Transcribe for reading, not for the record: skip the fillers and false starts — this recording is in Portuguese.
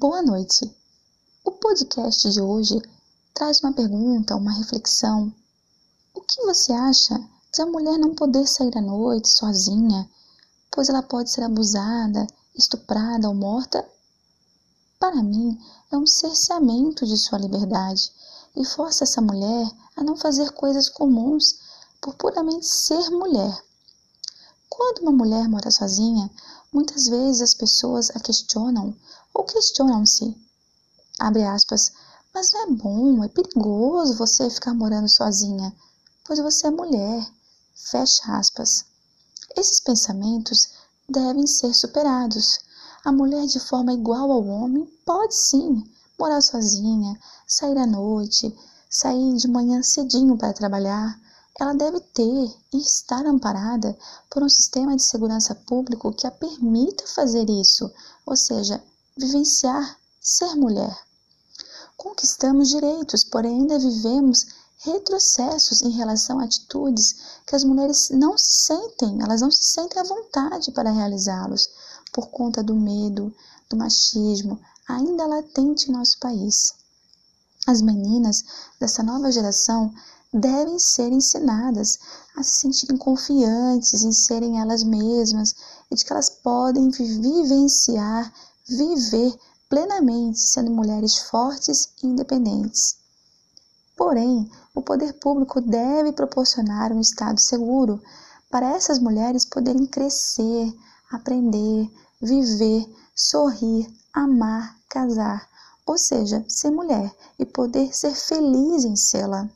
Boa noite. O podcast de hoje traz uma pergunta, uma reflexão. O que você acha de a mulher não poder sair à noite sozinha, pois ela pode ser abusada, estuprada ou morta? Para mim, é um cerceamento de sua liberdade e força essa mulher a não fazer coisas comuns por puramente ser mulher. Quando uma mulher mora sozinha, muitas vezes as pessoas a questionam ou questionam-se. Abre aspas, mas não é bom, é perigoso você ficar morando sozinha, pois você é mulher. Fecha aspas. Esses pensamentos devem ser superados. A mulher, de forma igual ao homem, pode sim morar sozinha, sair à noite, sair de manhã cedinho para trabalhar. Ela deve ter e estar amparada por um sistema de segurança público que a permita fazer isso, ou seja, vivenciar ser mulher. Conquistamos direitos, porém ainda vivemos retrocessos em relação a atitudes que as mulheres não se sentem, elas não se sentem à vontade para realizá-los, por conta do medo, do machismo, ainda latente em nosso país. As meninas dessa nova geração devem ser ensinadas a se sentirem confiantes em serem elas mesmas e de que elas podem vivenciar, viver plenamente sendo mulheres fortes e independentes. Porém, o poder público deve proporcionar um estado seguro para essas mulheres poderem crescer, aprender, viver, sorrir, amar, casar, ou seja, ser mulher e poder ser feliz em sê-la.